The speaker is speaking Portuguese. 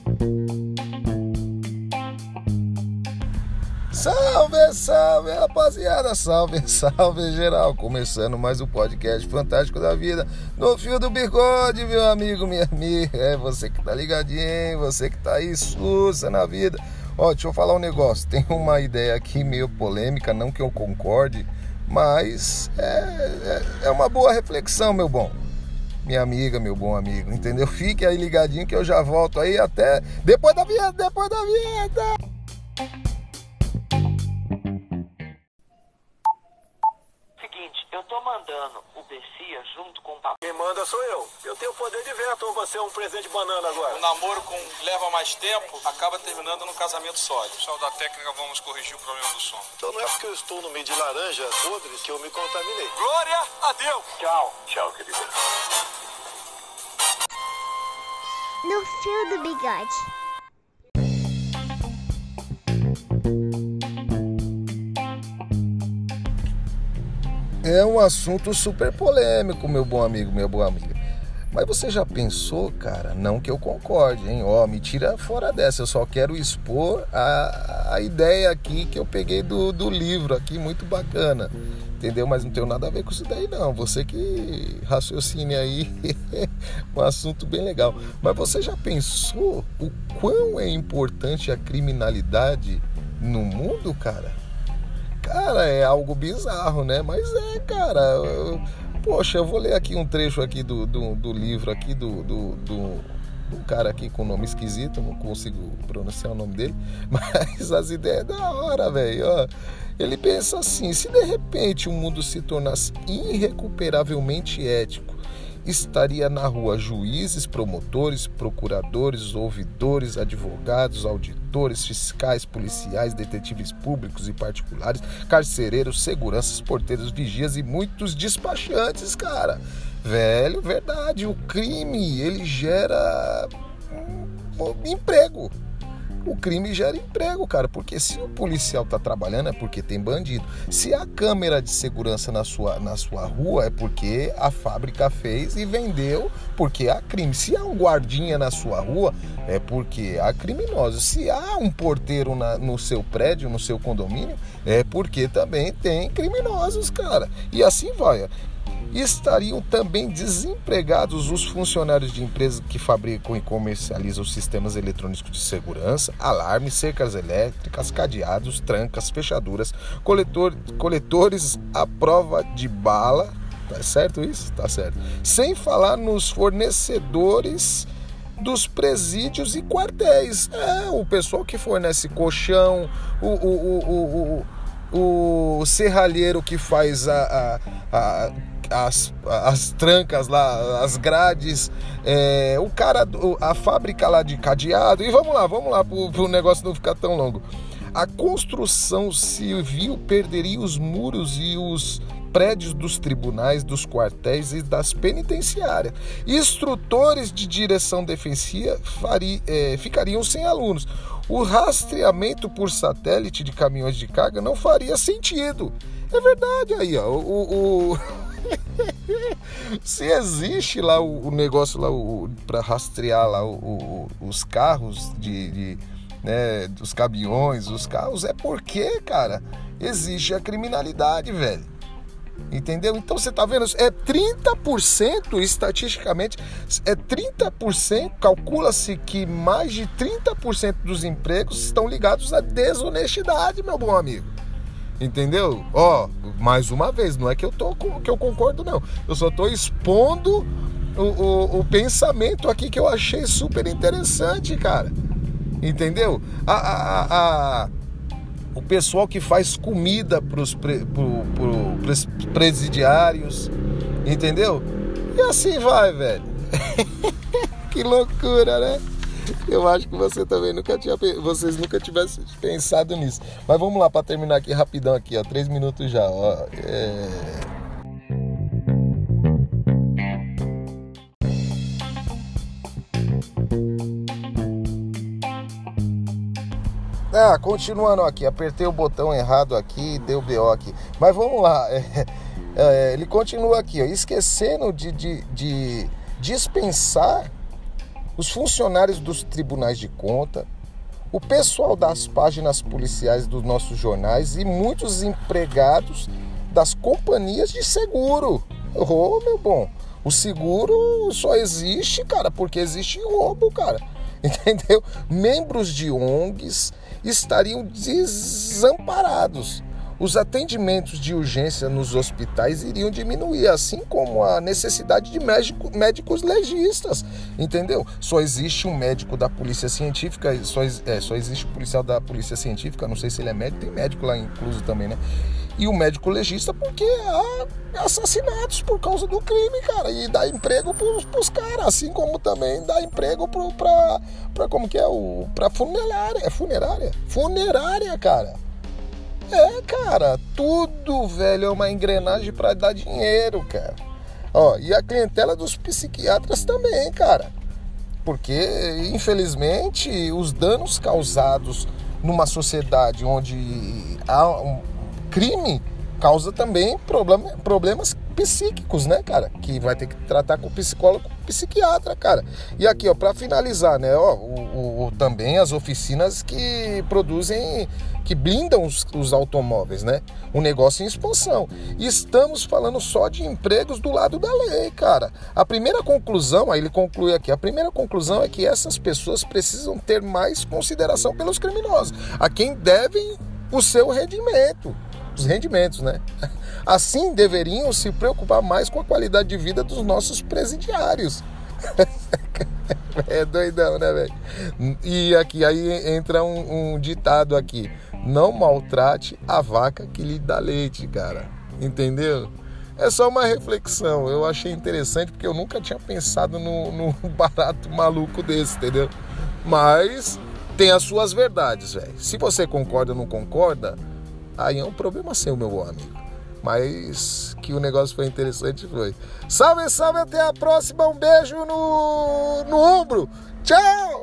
Salve, salve, rapaziada, salve, salve geral, começando mais um podcast fantástico da vida, no fio do bigode, meu amigo, minha amiga, é você que tá ligadinho, você que tá aí, sussa na vida. Ó, deixa eu falar um negócio, tem uma ideia aqui meio polêmica, não que eu concorde, mas é uma boa reflexão, meu bom. Minha amiga, meu bom amigo, entendeu? Fique aí ligadinho que eu já volto aí até depois da vinheta. Eu tô mandando o Bessia junto com o papai. Quem manda sou eu. Eu tenho poder de veto ou você é um presente de banana agora? O namoro leva mais tempo, acaba terminando num casamento sólido. Pessoal da técnica, vamos corrigir o problema do som. Então não é porque eu estou no meio de laranjas podres que eu me contaminei. Glória a Deus! Tchau. Tchau, querida. No fio do bigode. É um assunto super polêmico, meu bom amigo, minha boa amiga. Mas você já pensou, cara? Não que eu concorde, hein? Ó, me tira fora dessa. Eu só quero expor a ideia aqui que eu peguei do livro aqui, muito bacana. Entendeu? Mas não tem nada a ver com isso daí, não. Você que raciocine aí, um assunto bem legal. Mas você já pensou o quão é importante a criminalidade no mundo, cara? Cara, é algo bizarro, né? Mas cara, poxa, eu vou ler aqui um trecho aqui do livro aqui do cara aqui com nome esquisito, não consigo pronunciar o nome dele, mas as ideias da hora, velho. Ele pensa assim: se de repente o mundo se tornasse irrecuperavelmente ético, estaria na rua juízes, promotores, procuradores, ouvidores, advogados, auditores, fiscais, policiais, detetives públicos e particulares, carcereiros, seguranças, porteiros, vigias e muitos despachantes, cara. Velho, verdade, o crime, ele gera emprego. O crime gera emprego, cara, porque se o policial tá trabalhando é porque tem bandido. Se há câmera de segurança na sua rua é porque a fábrica fez e vendeu, porque há crime. Se há um guardinha na sua rua é porque há criminosos. Se há um porteiro no seu prédio, no seu condomínio, é porque também tem criminosos, cara. E assim vai. Estariam também desempregados os funcionários de empresas que fabricam e comercializam sistemas eletrônicos de segurança, alarmes, cercas elétricas, cadeados, trancas, fechaduras, coletores à prova de bala. Tá certo isso? Tá certo. Sem falar nos fornecedores dos presídios e quartéis. O pessoal que fornece colchão, o serralheiro que faz as trancas lá, as grades, o cara, a fábrica lá de cadeado. E vamos lá pro negócio não ficar tão longo. A construção civil perderia os muros e os prédios dos tribunais, dos quartéis e das penitenciárias. Instrutores de direção defensiva ficariam sem alunos. O rastreamento por satélite de caminhões de carga não faria sentido. É verdade aí, ó. Se existe lá o negócio lá para rastrear lá os carros dos caminhões, os carros, é porque, cara, existe a criminalidade, velho. Entendeu? Então você tá vendo, é 30%, estatisticamente, 30%, calcula-se que mais de 30% dos empregos estão ligados à desonestidade, meu bom amigo. Entendeu? Mais uma vez, não é que eu concordo, não. Eu só tô expondo o pensamento aqui que eu achei super interessante, cara. Entendeu? O pessoal que faz comida pros presidiários, entendeu? E assim vai, velho. Que loucura, né? Eu acho que vocês nunca tivessem pensado nisso. Mas vamos lá, para terminar aqui rapidão aqui, ó, 3 minutos já, ó. Continuando aqui, apertei o botão errado aqui, deu BO aqui. Mas vamos lá, ele continua aqui, ó, esquecendo de dispensar os funcionários dos tribunais de conta, o pessoal das páginas policiais dos nossos jornais e muitos empregados das companhias de seguro. Ô, meu bom, o seguro só existe, cara, porque existe roubo, cara. Entendeu? Membros de ONGs estariam desamparados. Os atendimentos de urgência nos hospitais iriam diminuir, assim como a necessidade de médicos legistas, entendeu? Só existe um médico da polícia científica, só existe um policial da polícia científica, não sei se ele é médico, tem médico lá incluso também, né? E o médico legista porque há assassinatos por causa do crime, cara, e dá emprego pros caras, assim como também dá emprego pra como que é, pra funerária, cara. Cara, tudo, velho, é uma engrenagem pra dar dinheiro, cara. Ó, e a clientela dos psiquiatras também, cara. Porque, infelizmente, os danos causados numa sociedade onde há um crime causa também problemas psíquicos, né, cara? Que vai ter que tratar com o psicólogo, psiquiatra, cara. E aqui, ó, pra finalizar, né, ó, também as oficinas que produzem, que blindam os automóveis, né? Um negócio em expansão. E estamos falando só de empregos do lado da lei, cara. A primeira conclusão, aí ele conclui aqui, a primeira conclusão é que essas pessoas precisam ter mais consideração pelos criminosos, a quem devem o seu rendimento. Os rendimentos, né? Assim deveriam se preocupar mais com a qualidade de vida dos nossos presidiários. É doidão, né, velho? E aqui, aí entra um ditado aqui: não maltrate a vaca que lhe dá leite, cara. Entendeu? É só uma reflexão. Eu achei interessante porque eu nunca tinha pensado no barato maluco desse, entendeu? Mas tem as suas verdades, velho. Se você concorda ou não concorda, aí é um problema seu, meu amigo. Mas que o negócio foi interessante, foi. Salve, salve, até a próxima. Um beijo no ombro. Tchau!